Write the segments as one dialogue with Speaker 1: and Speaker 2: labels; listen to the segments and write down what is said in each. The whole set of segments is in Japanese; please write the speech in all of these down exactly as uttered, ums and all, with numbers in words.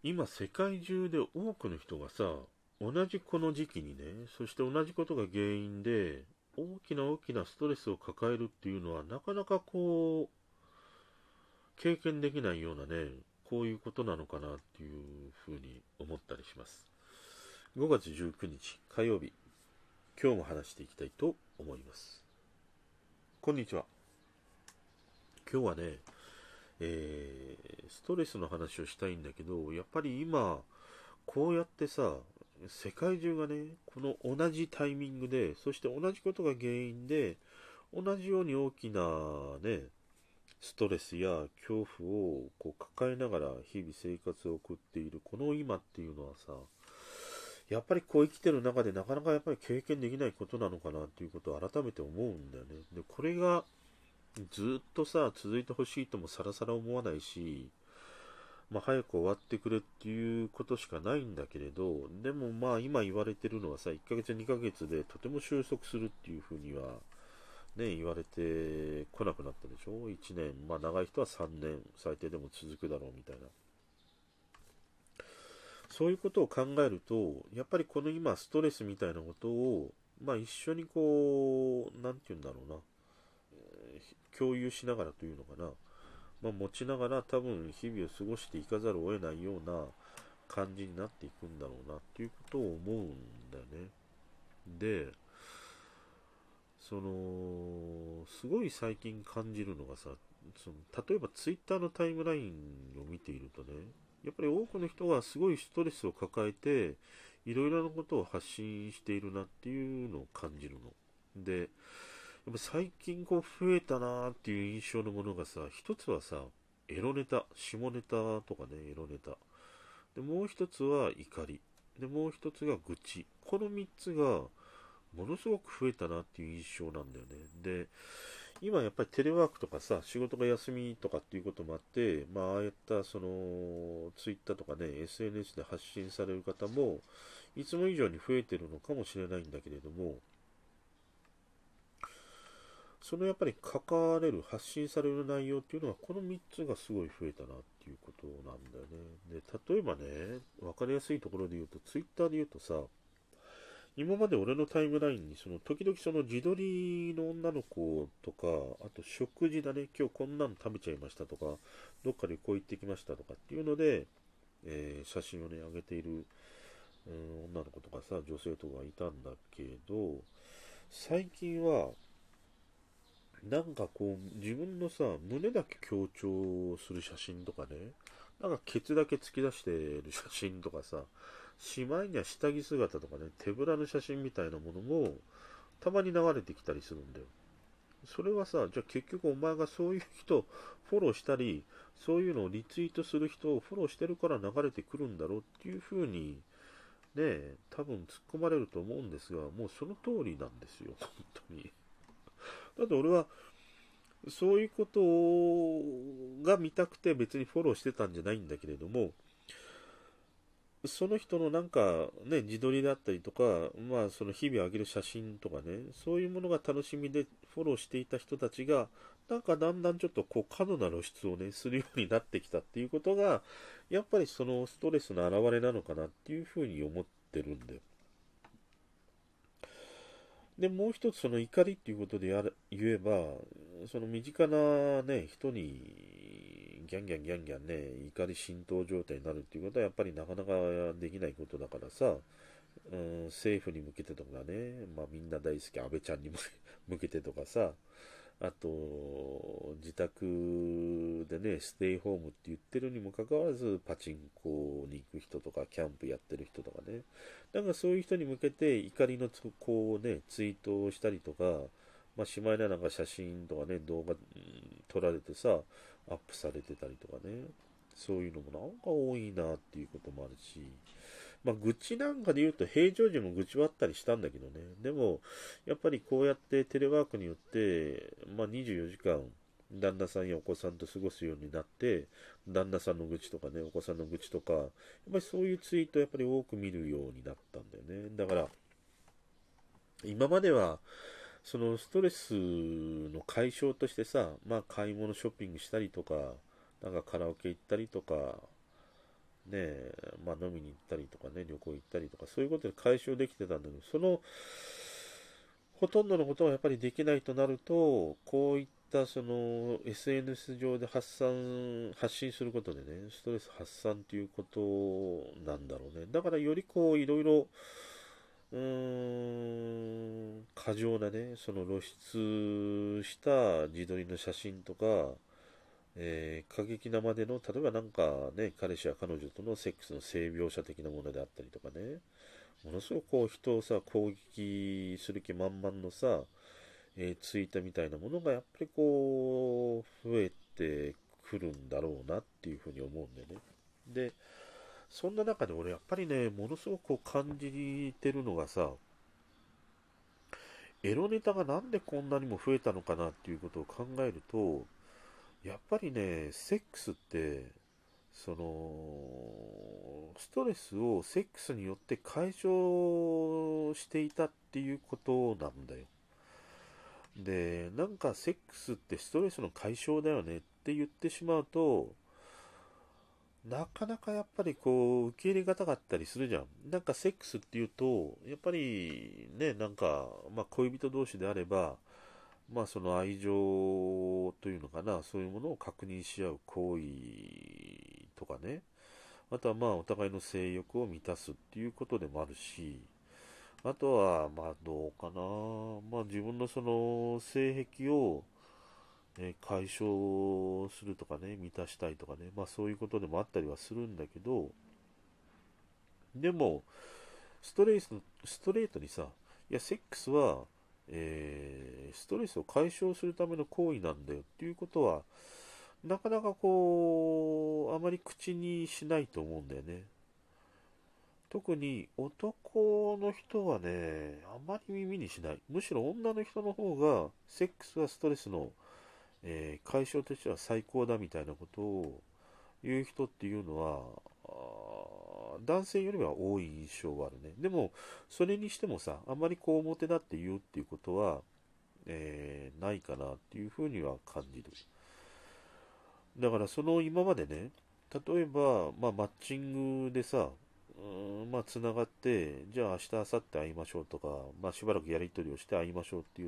Speaker 1: 今世界中で多くの人がさ、同じこの時期にね、そして同じことが原因で大きな大きなストレスを抱えるっていうのはなかなかこう経験できないようなね、こういうことなのかなっていうふうに思ったりします。ごがつじゅうくにち火曜日、今日も話していきたいと思います。こんにちは。今日はね、えー、ストレスの話をしたいんだけど、やっぱり今こうやってさ、世界中がね、この同じタイミングで、そして同じことが原因で、同じように大きなね、ストレスや恐怖をこう抱えながら日々生活を送っているこの今っていうのはさ、やっぱりこう生きてる中でなかなかやっぱり経験できないことなのかなっていうことを改めて思うんだよね。で、これがずっとさ、続いてほしいともさらさら思わないし、まあ、早く終わってくれっていうことしかないんだけれど、でもまあ今言われてるのはさ、いっかげつにかげつでとても収束するっていうふうにはね、言われてこなくなったでしょ。いちねん、まあ長い人はさんねん最低でも続くだろうみたいな。そういうことを考えると、やっぱりこの今ストレスみたいなことを、まあ一緒にこう、なんて言うんだろうな、共有しながらというのかな、まあ、持ちながら多分日々を過ごしていかざるを得ないような感じになっていくんだろうなっていうことを思うんだよね。で、そのすごい最近感じるのがさ、その例えばツイッターのタイムラインを見ているとね、やっぱり多くの人がすごいストレスを抱えていろいろなことを発信しているなっていうのを感じるので、やっぱ最近こう増えたなーっていう印象のものがさ、一つはさ、エロネタ、下ネタとかね、エロネタ。で、もう一つは怒り。で、もう一つが愚痴。この三つがものすごく増えたなっていう印象なんだよね。で、今やっぱりテレワークとかさ、仕事が休みとかっていうこともあって、まあ、ああいったその、ツイッターとかね、エスエヌエス で発信される方も、いつも以上に増えてるのかもしれないんだけれども、そのやっぱり書かれる、発信される内容っていうのは、このみっつがすごい増えたなっていうことなんだよね。で、例えばね、わかりやすいところで言うと、ツイッターで言うとさ、今まで俺のタイムラインに、その時々その自撮りの女の子とか、あと食事だね、今日こんなの食べちゃいましたとか、どっか旅行行ってきましたとかっていうので、えー写真をね、上げている、うん、女の子とかさ、女性とかいたんだけど、最近は、なんかこう、自分のさ、胸だけ強調する写真とかね、なんかケツだけ突き出してる写真とかさ、しまいには下着姿とかね、手ぶらの写真みたいなものも、たまに流れてきたりするんだよ。それはさ、じゃあ結局お前がそういう人をフォローしたり、そういうのをリツイートする人をフォローしてるから流れてくるんだろうっていう風に、ね、多分突っ込まれると思うんですが、もうその通りなんですよ、本当に。だって俺はそういうことが見たくて別にフォローしてたんじゃないんだけれども、その人のなんかね、自撮りだったりとか、まあその日々上げる写真とかね、そういうものが楽しみでフォローしていた人たちが、なんかだんだんちょっとこう過度な露出をね、するようになってきたっていうことが、やっぱりそのストレスの表れなのかなっていうふうに思ってるんだよ。で、もう一つその怒りっていうことでやる言えば、その身近なね、人にギャンギャンギャンギャンね、怒り浸透状態になるっていうことはやっぱりなかなかできないことだからさ、うん、政府に向けてとかね、まあみんな大好き安倍ちゃんに向けてとかさ、あと、自宅でね、ステイホームって言ってるにもかかわらず、パチンコに行く人とか、キャンプやってる人とかね。なんかそういう人に向けて怒りのつこうね、ツイートをしたりとか、まあ、しまいななんか写真とかね、動画、うん撮られてさ、アップされてたりとかね。そういうのもなんか多いなっていうこともあるし、まあ、愚痴なんかで言うと平常時も愚痴はあったりしたんだけどね。でも、やっぱりこうやってテレワークによって、まあ、にじゅうよじかん、旦那さんやお子さんと過ごすようになって、旦那さんの愚痴とかね、お子さんの愚痴とか、やっぱりそういうツイートをやっぱり多く見るようになったんだよね。だから、今までは、そのストレスの解消としてさ、まあ買い物ショッピングしたりとか、なんかカラオケ行ったりとか、ねね、まあ飲みに行ったりとかね、旅行行ったりとか、そういうことで解消できてたんだけど、その、ほとんどのことはやっぱりできないとなると、こういったその エスエヌエス 上で発散、発信することでね、ストレス発散ということなんだろうね。だからよりこういろいろ、うーん、過剰なね、その露出した自撮りの写真とか、えー過激なまでの、例えばなんかね、彼氏や彼女とのセックスの性描写的なものであったりとかね、ものすごくこう人をさ、攻撃する気満々のさ、えーツイートみたいなものがやっぱりこう、増えてくるんだろうなっていうふうに思うんだよね。で、そんな中で俺やっぱりね、ものすごくこう感じてるのがさ、エロネタがなんでこんなにも増えたのかなっていうことを考えると、やっぱりね、セックスって、その、ストレスをセックスによって解消していたっていうことなんだよ。で、なんかセックスってストレスの解消だよねって言ってしまうと、なかなかやっぱりこう、受け入れがたかったりするじゃん。なんかセックスっていうと、やっぱりね、なんか、まあ恋人同士であれば、まあその愛情というのかな、そういうものを確認し合う行為とかね、あとはまあお互いの性欲を満たすっていうことでもあるし、あとはまあどうかな、まあ自分のその性癖をえー解消するとかね、満たしたいとかね、まあそういうことでもあったりはするんだけど、でも、ストレート、ストレートにさ、いや、セックスは、えーストレスを解消するための行為なんだよっていうことは、なかなかこう、あまり口にしないと思うんだよね。特に男の人はね、あまり耳にしない。むしろ女の人の方が、セックスはストレスの、えー解消としては最高だみたいなことを言う人っていうのは、あー男性よりは多い印象はあるね。でも、それにしてもさ、あまりこう表立って言うっていうことは、えーないかなっていうふうには感じる。だからその今までね、例えば、まあ、マッチングでさ、うーんまあ、つながって、じゃあ明日、明後日会いましょうとか、まあ、しばらくやり取りをして会いましょうって言って、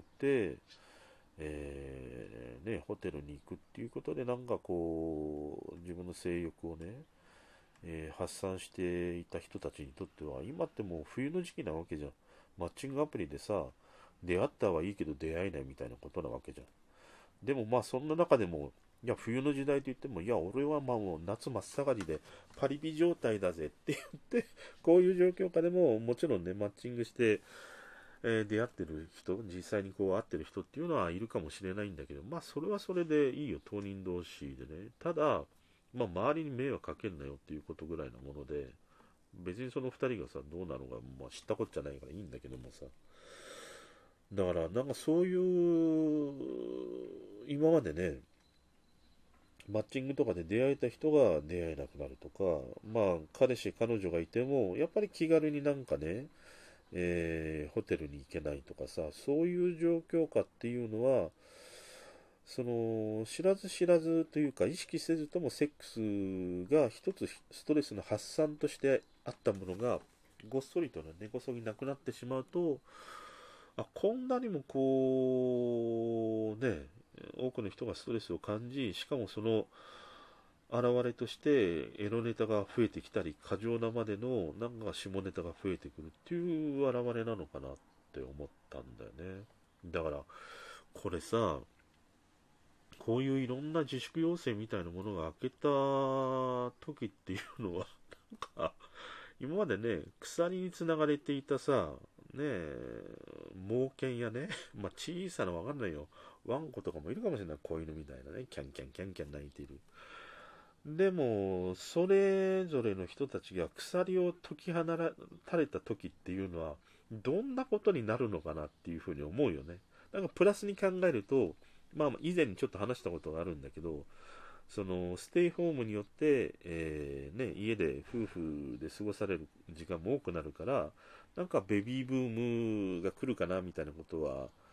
Speaker 1: えーね、ホテルに行くっていうことで、なんかこう、自分の性欲をね、えー発散していた人たちにとっては、今ってもう冬の時期なわけじゃん。マッチングアプリでさ、出会ったはいいけど出会えないみたいなことなわけじゃん。でもまあそんな中でも、いや冬の時代と言っても、いや俺はまあもう夏真っ盛りでパリピ状態だぜって言って、こういう状況下でももちろんね、マッチングして、えー出会ってる人、実際にこう会ってる人っていうのはいるかもしれないんだけど、まあそれはそれでいいよ、当人同士でね。ただ、まあ周りに迷惑かけんなよっていうことぐらいなもので、別にその二人がさ、どうなのか、まあ知ったこっちゃないからいいんだけどもさ。だからなんかそういう、今までね、マッチングとかで出会えた人が出会えなくなるとか、まあ彼氏、彼女がいても、やっぱり気軽になんかね、えーホテルに行けないとかさ、そういう状況下っていうのは、その、知らず知らずというか、意識せずともセックスが一つストレスの発散としてあったものが、ごっそりとね、根こそぎなくなってしまうと、あ、こんなにもこう、ね、多くの人がストレスを感じ、しかもその現れとしてエロネタが増えてきたり、過剰なまでのなんか下ネタが増えてくるっていう現れなのかなって思ったんだよね。だから、これさ、こういういろんな自粛要請みたいなものが明けた時っていうのは、なんか、今までね、鎖につながれていたさ、ねえ、猛犬やね、まあ小さなわかんないよ、ワンコとかもいるかもしれない、子犬みたいなね、キャンキャンキャンキャン鳴いている。でも、それぞれの人たちが鎖を解き放たれた時っていうのは、どんなことになるのかなっていうふうに思うよね。なんかプラスに考えると、まあ以前にちょっと話したことがあるんだけど、そのステイホームによって、えーね、家で夫婦で過ごされる時間も多くなるから、なんかベビーブームが来るかなみたいなことは、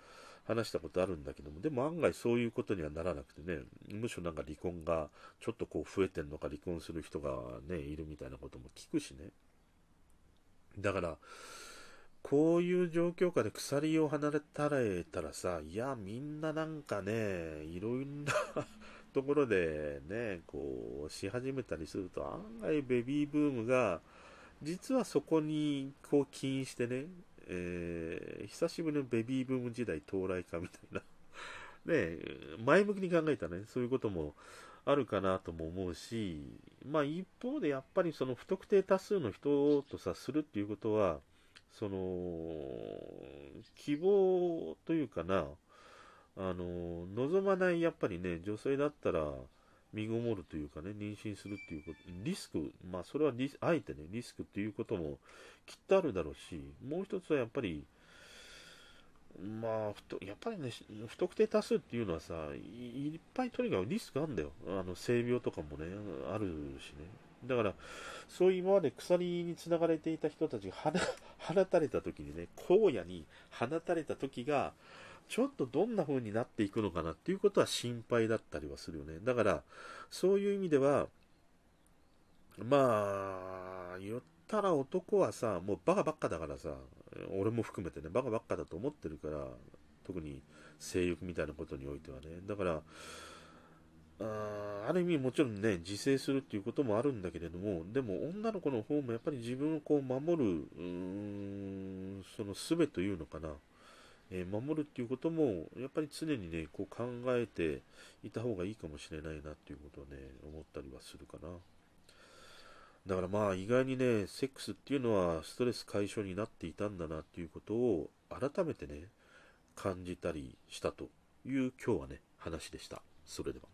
Speaker 1: 話したことあるんだけども、でも案外そういうことにはならなくてね、むしろなんか離婚がちょっとこう増えてんのか、離婚する人がね、いるみたいなことも聞くしね。だから、こういう状況下で鎖を離れたれたらさ、いや、みんななんかね、いろんなところでね、こう、し始めたりすると、案外ベビーブームが、実はそこにこう起因してね、えー久しぶりのベビーブーム時代到来かみたいなね、前向きに考えたらね、そういうこともあるかなとも思うし、まあ一方でやっぱりその不特定多数の人とさ、するっていうことは、その、希望というかな、あの、望まないやっぱりね、女性だったら、身ごもるというかね、妊娠するっていうこと、リスク、まあそれはリスあえてね、リスクっていうこともきっとあるだろうし、もう一つはやっぱり、まあ、ふとやっぱりね、不特定多数っていうのはさ、い、いっぱいとにかくリスクあるんだよ。あの、性病とかもね、あるしね。だから、そういう今まで鎖につながれていた人たちが放放たれた時にね、荒野に放たれた時が、ちょっとどんな風になっていくのかなっていうことは心配だったりはするよね。だから、そういう意味では、まあ、言ったら男はさ、もうバカばっかだからさ、俺も含めてね、バカばっかだと思ってるから、特に性欲みたいなことにおいてはね。だから、あーある意味もちろんね、自制するっていうこともあるんだけれども、でも女の子の方もやっぱり自分をこう守る、うーん、その術というのかな、えー守るっていうことも、やっぱり常にね、こう考えていた方がいいかもしれないなっていうことをね、思ったりはするかな。だからまあ意外にね、セックスっていうのはストレス解消になっていたんだなっていうことを改めてね、感じたりしたという今日はね、話でした。それでは。